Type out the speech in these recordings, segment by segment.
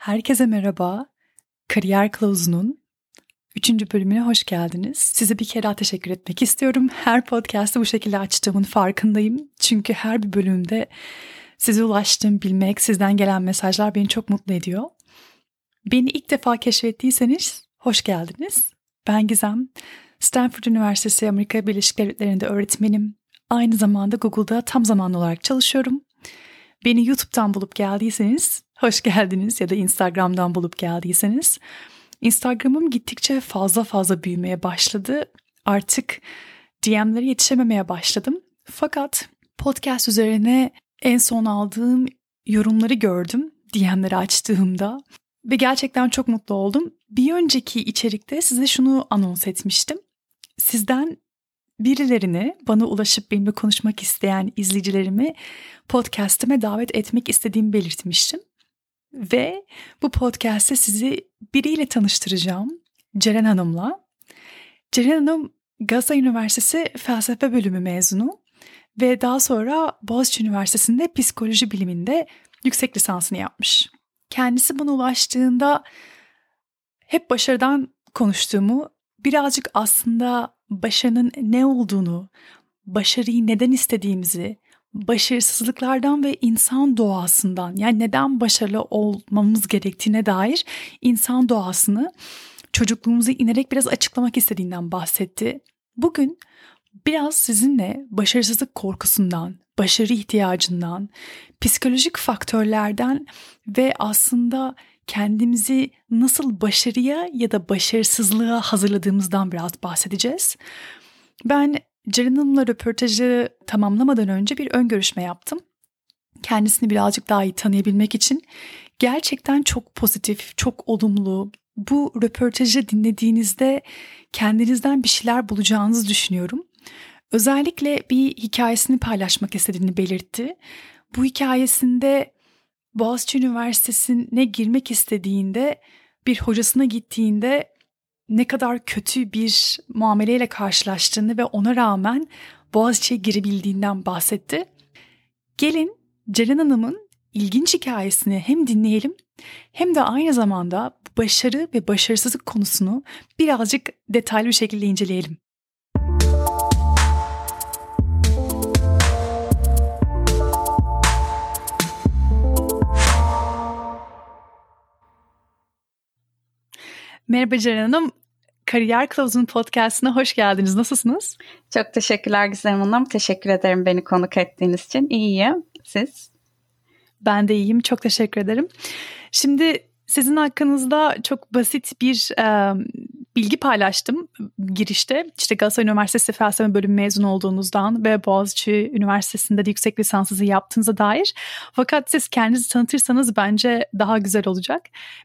Herkese merhaba. Kariyer Kılavuzu'nun 3. bölümüne hoş geldiniz. Size bir kere daha teşekkür etmek istiyorum. Her podcast'ı bu şekilde açtığımın farkındayım. Çünkü her bir bölümde size ulaştığım bilmek, sizden gelen mesajlar beni çok mutlu ediyor. Beni ilk defa keşfettiyseniz hoş geldiniz. Ben Gizem. Stanford Üniversitesi Amerika Birleşik Devletleri'nde öğretmenim. Aynı zamanda Google'da tam zamanlı olarak çalışıyorum. Beni YouTube'dan bulup geldiyseniz hoş geldiniz ya da Instagram'dan bulup geldiyseniz. Instagram'ım gittikçe fazla büyümeye başladı. Artık DM'lere yetişememeye başladım. Fakat podcast üzerine en son aldığım yorumları gördüm DM'leri açtığımda ve gerçekten çok mutlu oldum. Bir önceki içerikte size şunu anons etmiştim. Sizden birilerini, bana ulaşıp benimle konuşmak isteyen izleyicilerimi podcast'ime davet etmek istediğimi belirtmiştim. Ve bu podcast'te sizi biriyle tanıştıracağım. Ceren Hanım'la. Ceren Hanım Galatasaray Üniversitesi Felsefe Bölümü mezunu ve daha sonra Boğaziçi Üniversitesi'nde Psikoloji Biliminde yüksek lisansını yapmış. Kendisi bana ulaştığında hep başarıdan konuştuğumu, birazcık aslında başarının ne olduğunu, başarıyı neden istediğimizi, başarısızlıklardan ve insan doğasından, yani neden başarılı olmamız gerektiğine dair insan doğasını çocukluğumuza inerek biraz açıklamak istediğinden bahsetti. Bugün biraz sizinle başarısızlık korkusundan, başarı ihtiyacından, psikolojik faktörlerden ve aslında kendimizi nasıl başarıya ya da başarısızlığa hazırladığımızdan biraz bahsedeceğiz. Ben Ceren Hanım'la röportajı tamamlamadan önce bir ön görüşme yaptım. Kendisini birazcık daha iyi tanıyabilmek için gerçekten çok pozitif, çok olumlu. Bu röportajı dinlediğinizde kendinizden bir şeyler bulacağınızı düşünüyorum. Özellikle bir hikayesini paylaşmak istediğini belirtti. Bu hikayesinde Boğaziçi Üniversitesi'ne girmek istediğinde, bir hocasına gittiğinde ne kadar kötü bir muameleyle karşılaştığını ve ona rağmen Boğaziçi'ye girebildiğinden bahsetti. Gelin Ceren Hanım'ın ilginç hikayesini hem dinleyelim hem de aynı zamanda başarı ve başarısızlık konusunu birazcık detaylı bir şekilde inceleyelim. Merhaba Ceren Hanım. Kariyer Kılavuzu'nun podcastına hoş geldiniz. Nasılsınız? Çok teşekkürler Gizem Hanım. Teşekkür ederim beni konuk ettiğiniz için. İyiyim. Siz? Ben de iyiyim. Çok teşekkür ederim. Şimdi sizin hakkınızda çok basit bir bilgi paylaştım girişte. İşte Galatasaray Üniversitesi Felsefe Bölümü mezunu olduğunuzdan ve Boğaziçi Üniversitesi'nde de yüksek lisansınızı yaptığınıza dair. Fakat siz kendinizi tanıtırsanız bence daha güzel olacak.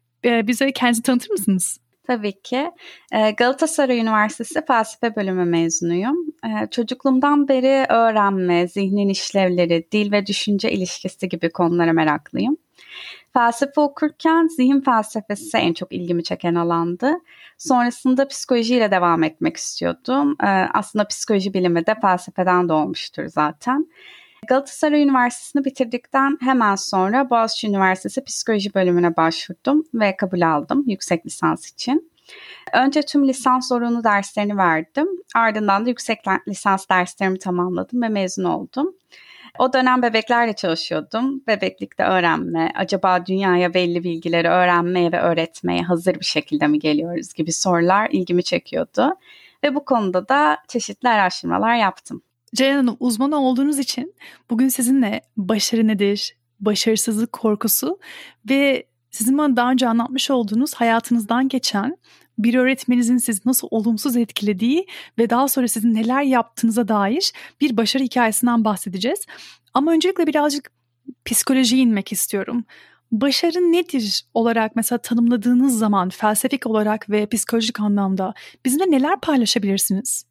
Bize kendinizi tanıtır mısınız? Tabii ki. Galatasaray Üniversitesi Felsefe Bölümü mezunuyum. Çocukluğumdan beri öğrenme, zihnin işlevleri, dil ve düşünce ilişkisi gibi konulara meraklıyım. Felsefe okurken zihin felsefesi en çok ilgimi çeken alandı. Sonrasında psikolojiyle devam etmek istiyordum. Aslında psikoloji bilimi de felsefeden doğmuştur zaten. Galatasaray Üniversitesi'ni bitirdikten hemen sonra Boğaziçi Üniversitesi Psikoloji bölümüne başvurdum ve kabul aldım yüksek lisans için. Önce tüm lisans zorunlu derslerini verdim. Ardından da yüksek lisans derslerimi tamamladım ve mezun oldum. O dönem bebeklerle çalışıyordum. Bebeklikte öğrenme, acaba dünyaya belli bilgileri öğrenmeye ve öğretmeye hazır bir şekilde mi geliyoruz gibi sorular ilgimi çekiyordu. Ve bu konuda da çeşitli araştırmalar yaptım. Ceren Hanım, uzmanı olduğunuz için bugün sizinle başarı nedir, başarısızlık korkusu ve sizin bana daha önce anlatmış olduğunuz hayatınızdan geçen bir öğretmeninizin sizi nasıl olumsuz etkilediği ve daha sonra sizin neler yaptığınıza dair bir başarı hikayesinden bahsedeceğiz. Ama öncelikle birazcık psikolojiye inmek istiyorum. Başarı nedir olarak mesela tanımladığınız zaman felsefik olarak ve psikolojik anlamda bizimle neler paylaşabilirsiniz?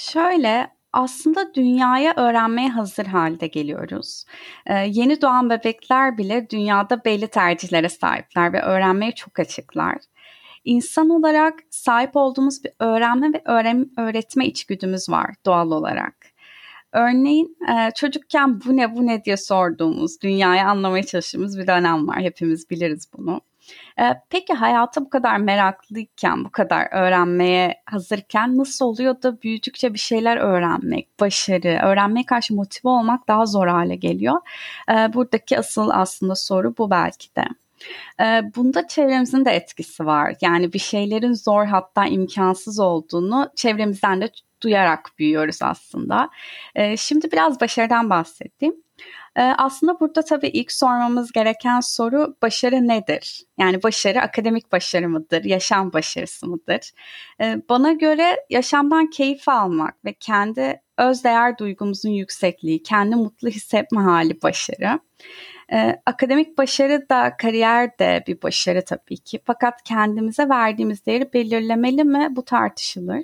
Aslında dünyaya öğrenmeye hazır halde geliyoruz. Yeni doğan bebekler bile dünyada belli tercihlere sahipler ve öğrenmeye çok açıklar. İnsan olarak sahip olduğumuz bir öğrenme ve öğretme içgüdümüz var doğal olarak. Örneğin çocukken bu ne diye sorduğumuz, dünyayı anlamaya çalıştığımız bir dönem var. Hepimiz biliriz bunu. Peki hayata bu kadar meraklıyken, bu kadar öğrenmeye hazırken nasıl oluyor da büyüdükçe bir şeyler öğrenmek, başarı, öğrenmeye karşı motive olmak daha zor hale geliyor? Buradaki asıl aslında soru bu belki de. Bunda çevremizin de etkisi var. Yani bir şeylerin zor, hatta imkansız olduğunu çevremizden de duyarak büyüyoruz aslında. Şimdi biraz başarıdan bahsedeyim. Aslında burada tabii ilk sormamız gereken soru başarı nedir? Yani başarı akademik başarı mıdır, yaşam başarısı mıdır? Bana göre yaşamdan keyif almak ve kendi özdeğer duygumuzun yüksekliği, kendi mutlu hissetme hali başarı. Akademik başarı da, kariyer de bir başarı tabii ki. Fakat kendimize verdiğimiz değeri belirlemeli mi? Bu tartışılır.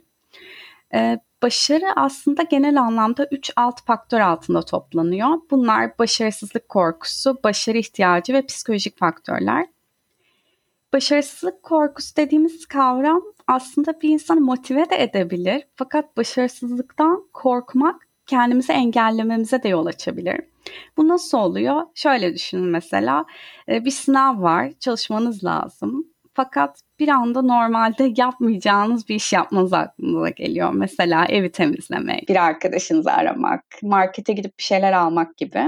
Başarı aslında genel anlamda 3 alt faktör altında toplanıyor. Bunlar başarısızlık korkusu, başarı ihtiyacı ve psikolojik faktörler. Başarısızlık korkusu dediğimiz kavram aslında bir insanı motive de edebilir. Fakat başarısızlıktan korkmak kendimizi engellememize de yol açabilir. Bu nasıl oluyor? Şöyle düşünün mesela, bir sınav var, çalışmanız lazım. Fakat bir anda normalde yapmayacağınız bir iş yapmanız aklınıza geliyor. Mesela evi temizlemek, bir arkadaşınızı aramak, markete gidip bir şeyler almak gibi.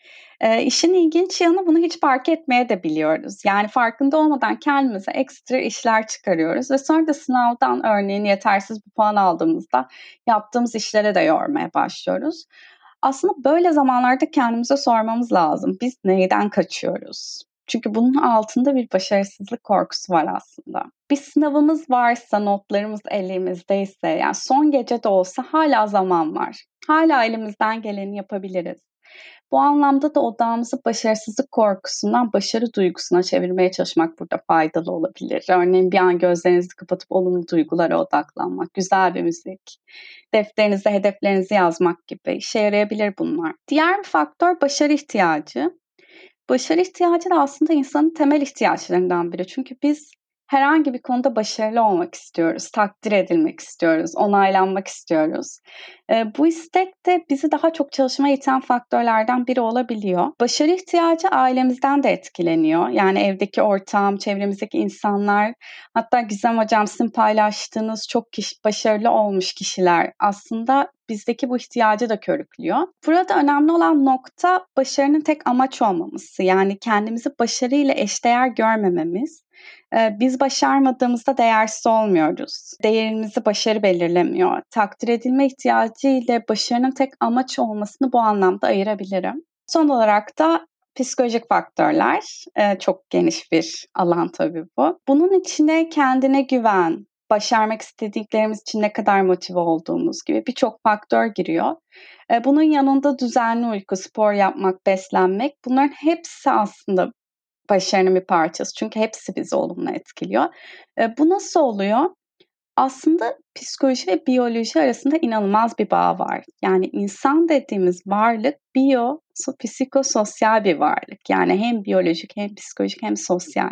İşin ilginç yanı, bunu hiç fark etmeye de biliyoruz. Yani farkında olmadan kendimize ekstra işler çıkarıyoruz ve sonra da sınavdan örneğin yetersiz bir puan aldığımızda yaptığımız işlere de yormaya başlıyoruz. Aslında böyle zamanlarda kendimize sormamız lazım. Biz neyden kaçıyoruz? Çünkü bunun altında bir başarısızlık korkusu var aslında. Bir sınavımız varsa, notlarımız elimizdeyse, yani son gece de olsa hala zaman var. Hala elimizden geleni yapabiliriz. Bu anlamda da odağımızı başarısızlık korkusundan başarı duygusuna çevirmeye çalışmak burada faydalı olabilir. Örneğin bir an gözlerinizi kapatıp olumlu duygulara odaklanmak, güzel bir müzik, defterinize hedeflerinizi yazmak gibi işe yarayabilir bunlar. Diğer bir faktör başarı ihtiyacı. Başarı ihtiyacı da aslında insanın temel ihtiyaçlarından biri. Çünkü biz herhangi bir konuda başarılı olmak istiyoruz, takdir edilmek istiyoruz, onaylanmak istiyoruz. Bu istek de bizi daha çok çalışmaya iten faktörlerden biri olabiliyor. Başarı ihtiyacı ailemizden de etkileniyor. Yani evdeki ortam, çevremizdeki insanlar, hatta Gizem Hocam sizin paylaştığınız çok başarılı olmuş kişiler aslında bizdeki bu ihtiyacı da körüklüyor. Burada önemli olan nokta başarının tek amaç olmaması. Yani kendimizi başarıyla eşdeğer görmememiz. Biz başarmadığımızda değersiz olmuyoruz. Değerimizi başarı belirlemiyor. Takdir edilme ihtiyacı ile başarının tek amaç olmasını bu anlamda ayırabilirim. Son olarak da psikolojik faktörler. Çok geniş bir alan tabii bu. Bunun içine kendine güven, başarmak istediklerimiz için ne kadar motive olduğumuz gibi birçok faktör giriyor. Bunun yanında düzenli uyku, spor yapmak, beslenmek, bunların hepsi aslında başarının bir parçası. Çünkü hepsi bizi olumlu etkiliyor. Bu nasıl oluyor? Aslında psikoloji ve biyoloji arasında inanılmaz bir bağ var. Yani insan dediğimiz varlık psikososyal bir varlık. Yani hem biyolojik hem psikolojik hem sosyal.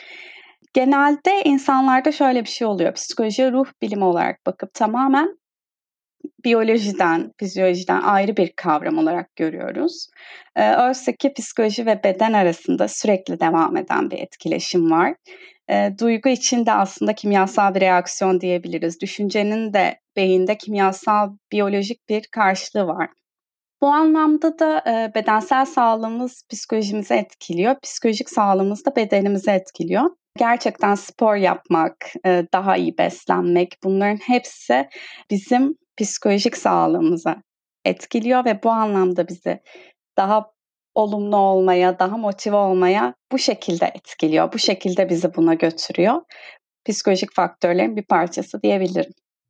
Genelde insanlarda şöyle bir şey oluyor. Psikolojiye ruh bilimi olarak bakıp tamamen biyolojiden, fizyolojiden ayrı bir kavram olarak görüyoruz. Oysa ki psikoloji ve beden arasında sürekli devam eden bir etkileşim var. Duygu için de aslında kimyasal bir reaksiyon diyebiliriz. Düşüncenin de beyinde kimyasal, biyolojik bir karşılığı var. Bu anlamda da bedensel sağlığımız psikolojimizi etkiliyor. Psikolojik sağlığımız da bedenimizi etkiliyor. Gerçekten spor yapmak, daha iyi beslenmek, bunların hepsi bizim psikolojik sağlığımıza etkiliyor ve bu anlamda bizi daha olumlu olmaya, daha motive olmaya bu şekilde etkiliyor. Bu şekilde bizi buna götürüyor. Psikolojik faktörlerin bir parçası diyebilirim.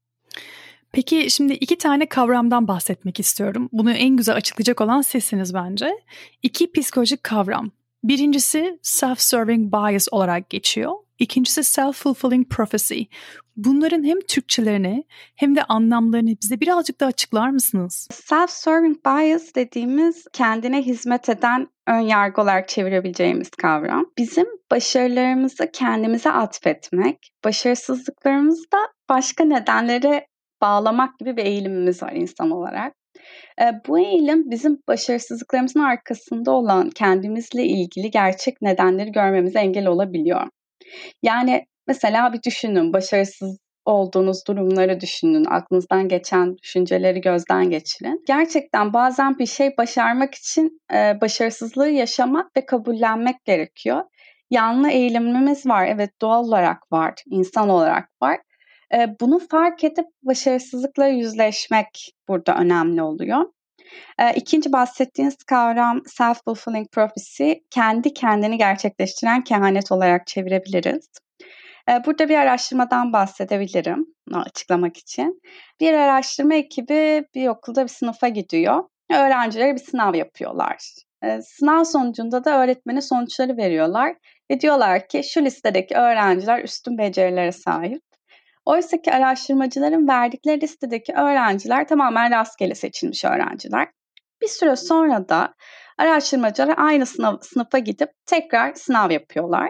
Peki şimdi 2 tane kavramdan bahsetmek istiyorum. Bunu en güzel açıklayacak olan sizsiniz bence. 2 psikolojik kavram. Birincisi self-serving bias olarak geçiyor. İkincisi self-fulfilling prophecy. Bunların hem Türkçelerini hem de anlamlarını bize birazcık daha açıklar mısınız? Self-serving bias dediğimiz kendine hizmet eden ön yargı olarak çevirebileceğimiz kavram. Bizim başarılarımızı kendimize atfetmek, başarısızlıklarımızı da başka nedenlere bağlamak gibi bir eğilimimiz var insan olarak. Bu eğilim bizim başarısızlıklarımızın arkasında olan kendimizle ilgili gerçek nedenleri görmemize engel olabiliyor. Yani mesela bir düşünün, başarısız olduğunuz durumları düşünün, aklınızdan geçen düşünceleri gözden geçirin. Gerçekten bazen bir şey başarmak için başarısızlığı yaşamak ve kabullenmek gerekiyor. Yanlı eğilimimiz var, evet, doğal olarak var, insan olarak var. Bunu fark edip başarısızlıkla yüzleşmek burada önemli oluyor. İkinci bahsettiğiniz kavram self-fulfilling prophecy, kendi kendini gerçekleştiren kehanet olarak çevirebiliriz. Burada bir araştırmadan bahsedebilirim bunu açıklamak için. Bir araştırma ekibi bir okulda bir sınıfa gidiyor. Öğrencilere bir sınav yapıyorlar. Sınav sonucunda da öğretmene sonuçları veriyorlar ve diyorlar ki şu listedeki öğrenciler üstün becerilere sahip. Oysa ki araştırmacıların verdikleri listedeki öğrenciler tamamen rastgele seçilmiş öğrenciler. Bir süre sonra da araştırmacılar aynı sınıfa gidip tekrar sınav yapıyorlar.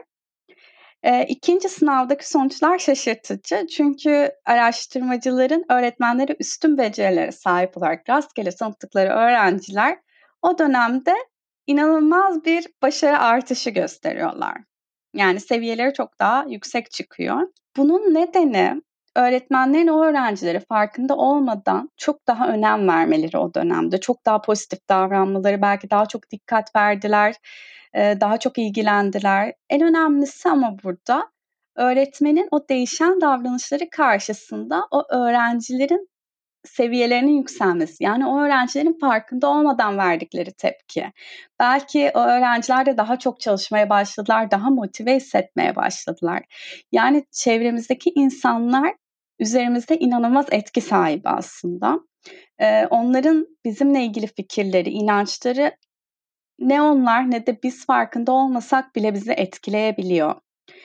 İkinci sınavdaki sonuçlar şaşırtıcı. Çünkü araştırmacıların öğretmenleri üstün becerilere sahip olarak rastgele tanıttıkları öğrenciler o dönemde inanılmaz bir başarı artışı gösteriyorlar. Yani seviyeleri çok daha yüksek çıkıyor. Bunun nedeni öğretmenlerin o öğrencilere farkında olmadan çok daha önem vermeleri o dönemde. Çok daha pozitif davranmaları, belki daha çok dikkat verdiler, daha çok ilgilendiler. En önemlisi ama burada öğretmenin o değişen davranışları karşısında o öğrencilerin seviyelerinin yükselmesi. Yani o öğrencilerin farkında olmadan verdikleri tepki. Belki o öğrenciler de daha çok çalışmaya başladılar, daha motive hissetmeye başladılar. Yani çevremizdeki insanlar üzerimizde inanılmaz etki sahibi aslında. Onların bizimle ilgili fikirleri, inançları ne onlar ne de biz farkında olmasak bile bizi etkileyebiliyor.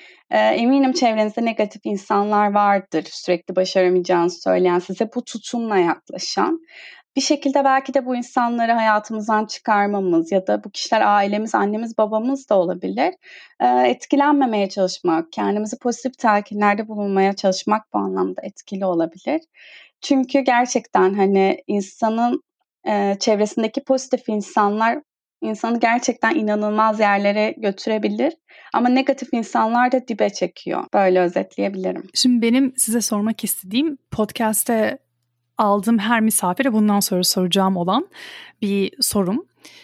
Eminim çevrenizde negatif insanlar vardır. Sürekli başaramayacağınızı söyleyen, size bu tutumla yaklaşan. Bir şekilde belki de bu insanları hayatımızdan çıkarmamız ya da bu kişiler ailemiz, annemiz, babamız da olabilir. Etkilenmemeye çalışmak, kendimizi pozitif telkinlerde bulunmaya çalışmak bu anlamda etkili olabilir. Çünkü gerçekten hani insanın çevresindeki pozitif insanlar insanı gerçekten inanılmaz yerlere götürebilir. Ama negatif insanlar da dibe çekiyor. Böyle özetleyebilirim. Şimdi benim size sormak istediğim, podcast'te aldığım her misafire bundan sonra soracağım olan bir sorum.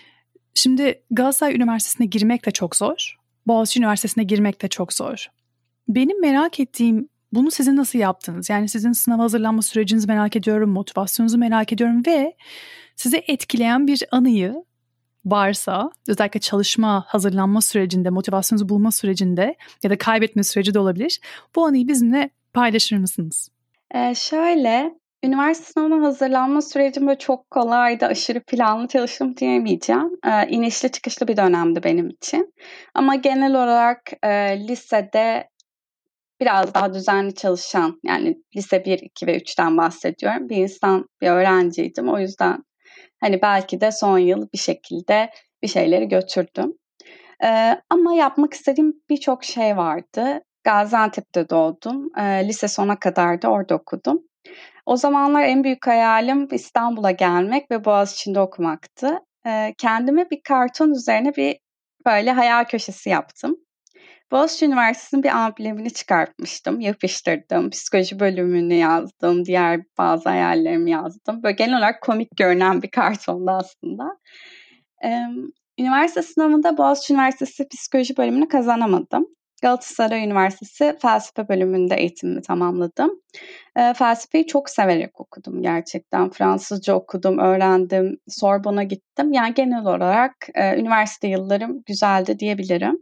Şimdi Galatasaray Üniversitesi'ne girmek de çok zor. Boğaziçi Üniversitesi'ne girmek de çok zor. Benim merak ettiğim, bunu sizin nasıl yaptınız? Yani sizin sınav hazırlanma sürecinizi merak ediyorum, motivasyonunuzu merak ediyorum ve sizi etkileyen bir anıyı varsa, özellikle çalışma, hazırlanma sürecinde, motivasyonunuzu bulma sürecinde ya da kaybetme süreci de olabilir. Bu anıyı bizimle paylaşır mısınız? Şöyle, üniversite sınavına hazırlanma sürecim böyle çok kolaydı, aşırı planlı çalıştım diyemeyeceğim. İnişli çıkışlı bir dönemdi benim için. Ama genel olarak lisede biraz daha düzenli çalışan, yani lise 1, 2 ve 3'ten bahsediyorum. Bir öğrenciydim. O yüzden hani belki de son yıl bir şekilde bir şeyleri götürdüm. Ama yapmak istediğim birçok şey vardı. Gaziantep'te doğdum. Lise sona kadar da orada okudum. O zamanlar en büyük hayalim İstanbul'a gelmek ve Boğaziçi'nde okumaktı. Kendime bir karton üzerine bir böyle hayal köşesi yaptım. Boğaziçi Üniversitesi'nin bir amblemini çıkartmıştım, yapıştırdım. Psikoloji bölümünü yazdım, diğer bazı hayallerimi yazdım. Böyle genel olarak komik görünen bir kartondu aslında. Üniversite sınavında Boğaziçi Üniversitesi Psikoloji bölümünü kazanamadım. Galatasaray Üniversitesi Felsefe bölümünde eğitimimi tamamladım. Felsefeyi çok severek okudum gerçekten. Fransızca okudum, öğrendim, Sorbonne'a gittim. Yani genel olarak üniversite yıllarım güzeldi diyebilirim.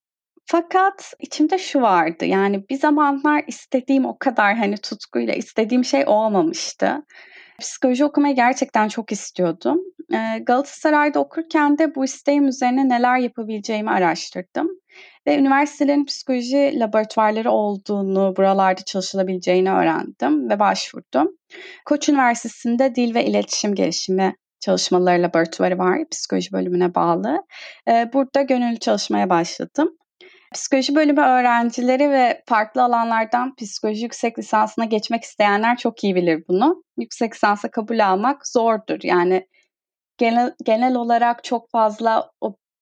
Fakat içimde şu vardı, yani bir zamanlar istediğim o kadar hani tutkuyla istediğim şey olmamıştı. Psikoloji okumayı gerçekten çok istiyordum. Galatasaray'da okurken de bu isteğim üzerine neler yapabileceğimi araştırdım. Ve üniversitelerin psikoloji laboratuvarları olduğunu, buralarda çalışılabileceğini öğrendim ve başvurdum. Koç Üniversitesi'nde Dil ve İletişim Gelişimi Çalışmaları Laboratuvarı var, psikoloji bölümüne bağlı. Burada gönüllü çalışmaya başladım. Psikoloji bölümü öğrencileri ve farklı alanlardan psikoloji yüksek lisansına geçmek isteyenler çok iyi bilir bunu. Yüksek lisansa kabul almak zordur. Yani genel olarak çok fazla o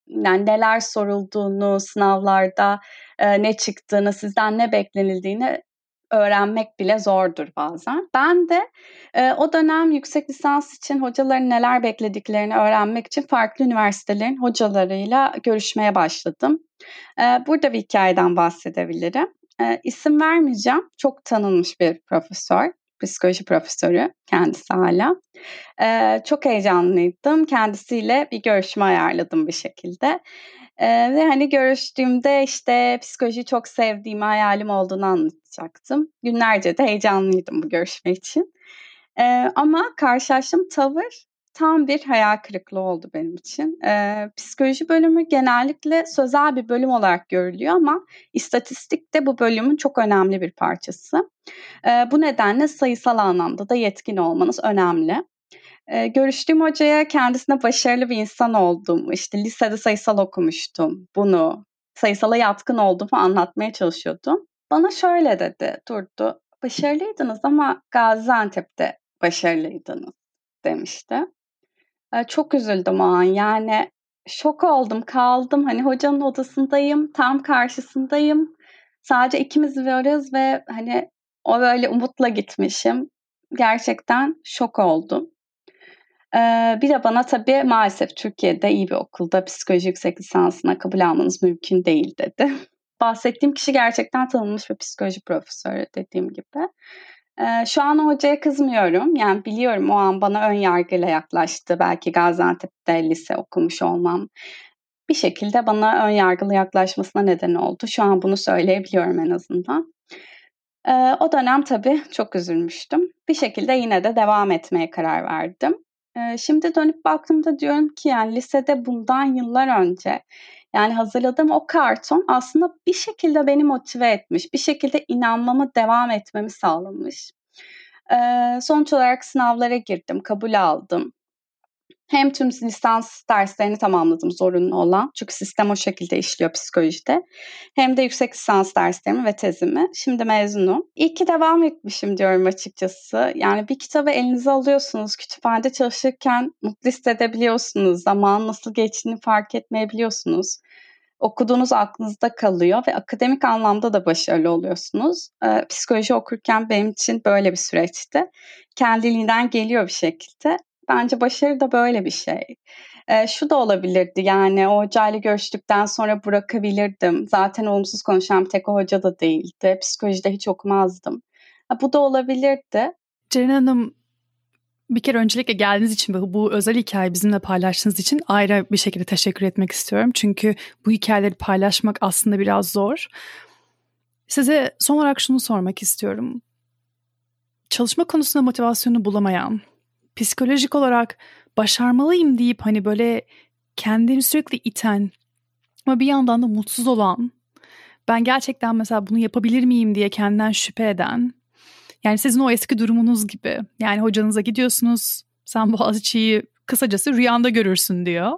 Yani neler sorulduğunu, sınavlarda ne çıktığını, sizden ne beklenildiğini öğrenmek bile zordur bazen. Ben de o dönem yüksek lisans için hocaların neler beklediklerini öğrenmek için farklı üniversitelerin hocalarıyla görüşmeye başladım. Burada bir hikayeden bahsedebilirim. İsim vermeyeceğim. Çok tanınmış bir profesör, psikoloji profesörü kendisi hala. Çok heyecanlıydım. Kendisiyle bir görüşme ayarladım bir şekilde. Ve hani görüştüğümde işte psikolojiyi çok sevdiğimi, hayalim olduğunu anlatacaktım. Günlerce de heyecanlıydım bu görüşme için. Ama karşılaştığım tavır tam bir hayal kırıklığı oldu benim için. Psikoloji bölümü genellikle sözel bir bölüm olarak görülüyor ama istatistik de bu bölümün çok önemli bir parçası. Bu nedenle sayısal anlamda da yetkin olmanız önemli. Görüştüğüm hocaya kendisine başarılı bir insan olduğumu, işte lisede sayısal okumuştum, bunu, sayısala yatkın olduğumu anlatmaya çalışıyordum. Bana şöyle dedi, durdu. Başarılıydınız ama Gaziantep'te başarılıydınız demişti. Çok üzüldüm o an. Yani şok oldum, kaldım. Hani hocanın odasındayım, tam karşısındayım. Sadece ikimiz varız ve hani o böyle umutla gitmişim. Gerçekten şok oldum. Bir de bana tabii maalesef Türkiye'de iyi bir okulda psikoloji yüksek lisansına kabul almanız mümkün değil dedi. Bahsettiğim kişi gerçekten tanınmış bir psikoloji profesörü dediğim gibi. Şu an o hocaya kızmıyorum. Yani biliyorum o an bana ön yargıyla yaklaştı. Belki Gaziantep'te lise okumuş olmam bir şekilde bana ön yargılı yaklaşmasına neden oldu. Şu an bunu söyleyebiliyorum en azından. O dönem tabii çok üzülmüştüm. Bir şekilde yine de devam etmeye karar verdim. Şimdi dönüp baktığımda diyorum ki yani lisede bundan yıllar önce yani hazırladığım o karton aslında bir şekilde beni motive etmiş, bir şekilde inanmamı devam etmemi sağlamış. Sonuç olarak sınavlara girdim, kabul aldım. Hem tüm lisans derslerini tamamladım zorunlu olan. Çünkü sistem o şekilde işliyor psikolojide. Hem de yüksek lisans derslerimi ve tezimi. Şimdi mezunum. İyi ki devam etmişim diyorum açıkçası. Yani bir kitabı elinize alıyorsunuz. Kütüphanede çalışırken mutlu hissedebiliyorsunuz. Zamanın nasıl geçtiğini fark etmeyebiliyorsunuz. Okuduğunuz aklınızda kalıyor ve akademik anlamda da başarılı oluyorsunuz. Psikoloji okurken benim için böyle bir süreçti. Kendiliğinden geliyor bir şekilde. Bence başarı da böyle bir şey. Şu da olabilirdi yani o hocayla görüştükten sonra bırakabilirdim. Zaten olumsuz konuşan bir tek o hoca da değildi. Psikolojide hiç okumazdım. Bu da olabilirdi. Ceren Hanım, bir kere öncelikle geldiğiniz için bu özel hikayeyi bizimle paylaştığınız için ayrı bir şekilde teşekkür etmek istiyorum. Çünkü bu hikayeleri paylaşmak aslında biraz zor. Size son olarak şunu sormak istiyorum. Çalışma konusunda motivasyonu bulamayan, psikolojik olarak başarmalıyım deyip hani böyle kendini sürekli iten ama bir yandan da mutsuz olan, ben gerçekten mesela bunu yapabilir miyim diye kendinden şüphe eden, yani sizin o eski durumunuz gibi. Yani hocanıza gidiyorsunuz, sen Boğaziçi'yi kısacası rüyanda görürsün diyor.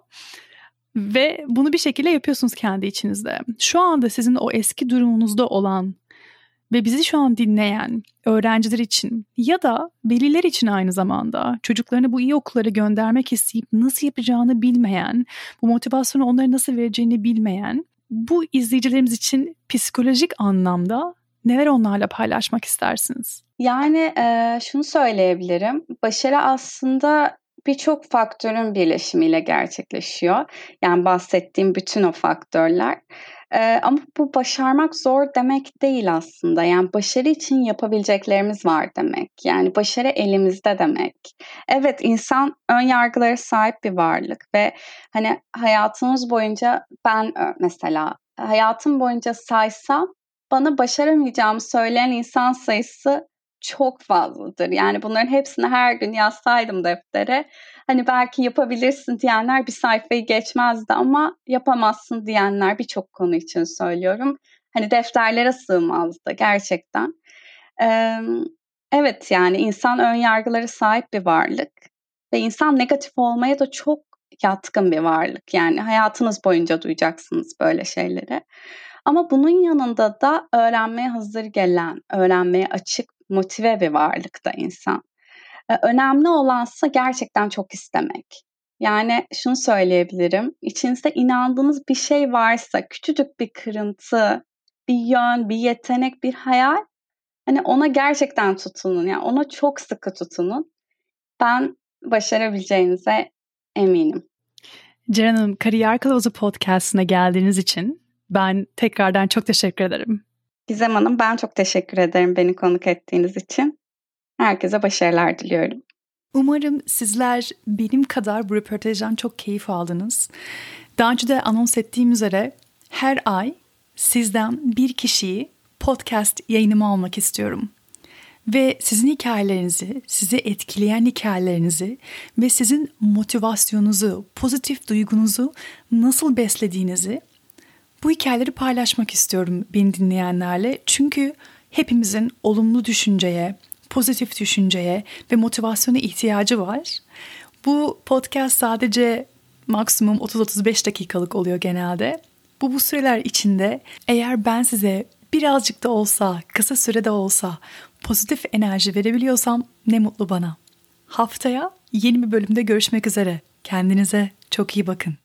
Ve bunu bir şekilde yapıyorsunuz kendi içinizde. Şu anda sizin o eski durumunuzda olan ve bizi şu an dinleyen öğrenciler için ya da veliler için aynı zamanda çocuklarını bu iyi okullara göndermek isteyip nasıl yapacağını bilmeyen, bu motivasyonu onlara nasıl vereceğini bilmeyen, bu izleyicilerimiz için psikolojik anlamda neler onlarla paylaşmak istersiniz? Yani şunu söyleyebilirim. Başarı aslında birçok faktörün birleşimiyle gerçekleşiyor. Yani bahsettiğim bütün o faktörler. Ama bu başarmak zor demek değil aslında. Yani başarı için yapabileceklerimiz var demek. Yani başarı elimizde demek. Evet, insan ön yargılara sahip bir varlık ve hani hayatımız boyunca ben mesela hayatım boyunca saysam bana başaramayacağımı söyleyen insan sayısı çok fazladır. Yani bunların hepsini her gün yazsaydım deftere, hani belki yapabilirsin diyenler bir sayfayı geçmezdi ama yapamazsın diyenler birçok konu için söylüyorum. Hani defterlere sığmazdı gerçekten. Ee, evet yani insan ön yargılara sahip bir varlık ve insan negatif olmaya da çok yatkın bir varlık. Yani hayatınız boyunca duyacaksınız böyle şeyleri. Ama bunun yanında da öğrenmeye hazır gelen, öğrenmeye açık, motive bir varlık da insan. Önemli olansa gerçekten çok istemek. Yani şunu söyleyebilirim. İçinizde inandığınız bir şey varsa, küçücük bir kırıntı, bir yön, bir yetenek, bir hayal, hani ona gerçekten tutunun. Yani ona çok sıkı tutunun. Ben başarabileceğinize eminim. Ceren Hanım, Kariyer Kılavuzu Podcast'ına geldiğiniz için ben tekrardan çok teşekkür ederim. Gizem Hanım, ben çok teşekkür ederim beni konuk ettiğiniz için. Herkese başarılar diliyorum. Umarım sizler benim kadar bu röportajdan çok keyif aldınız. Daha önce de anons ettiğim üzere her ay sizden bir kişiyi podcast yayınıma almak istiyorum. Ve sizin hikayelerinizi, sizi etkileyen hikayelerinizi ve sizin motivasyonunuzu, pozitif duygunuzu nasıl beslediğinizi, bu hikayeleri paylaşmak istiyorum beni dinleyenlerle. Çünkü hepimizin olumlu düşünceye, pozitif düşünceye ve motivasyona ihtiyacı var. Bu podcast sadece maksimum 30-35 dakikalık oluyor genelde. Bu süreler içinde eğer ben size birazcık da olsa, kısa sürede olsa pozitif enerji verebiliyorsam ne mutlu bana. Haftaya yeni bir bölümde görüşmek üzere. Kendinize çok iyi bakın.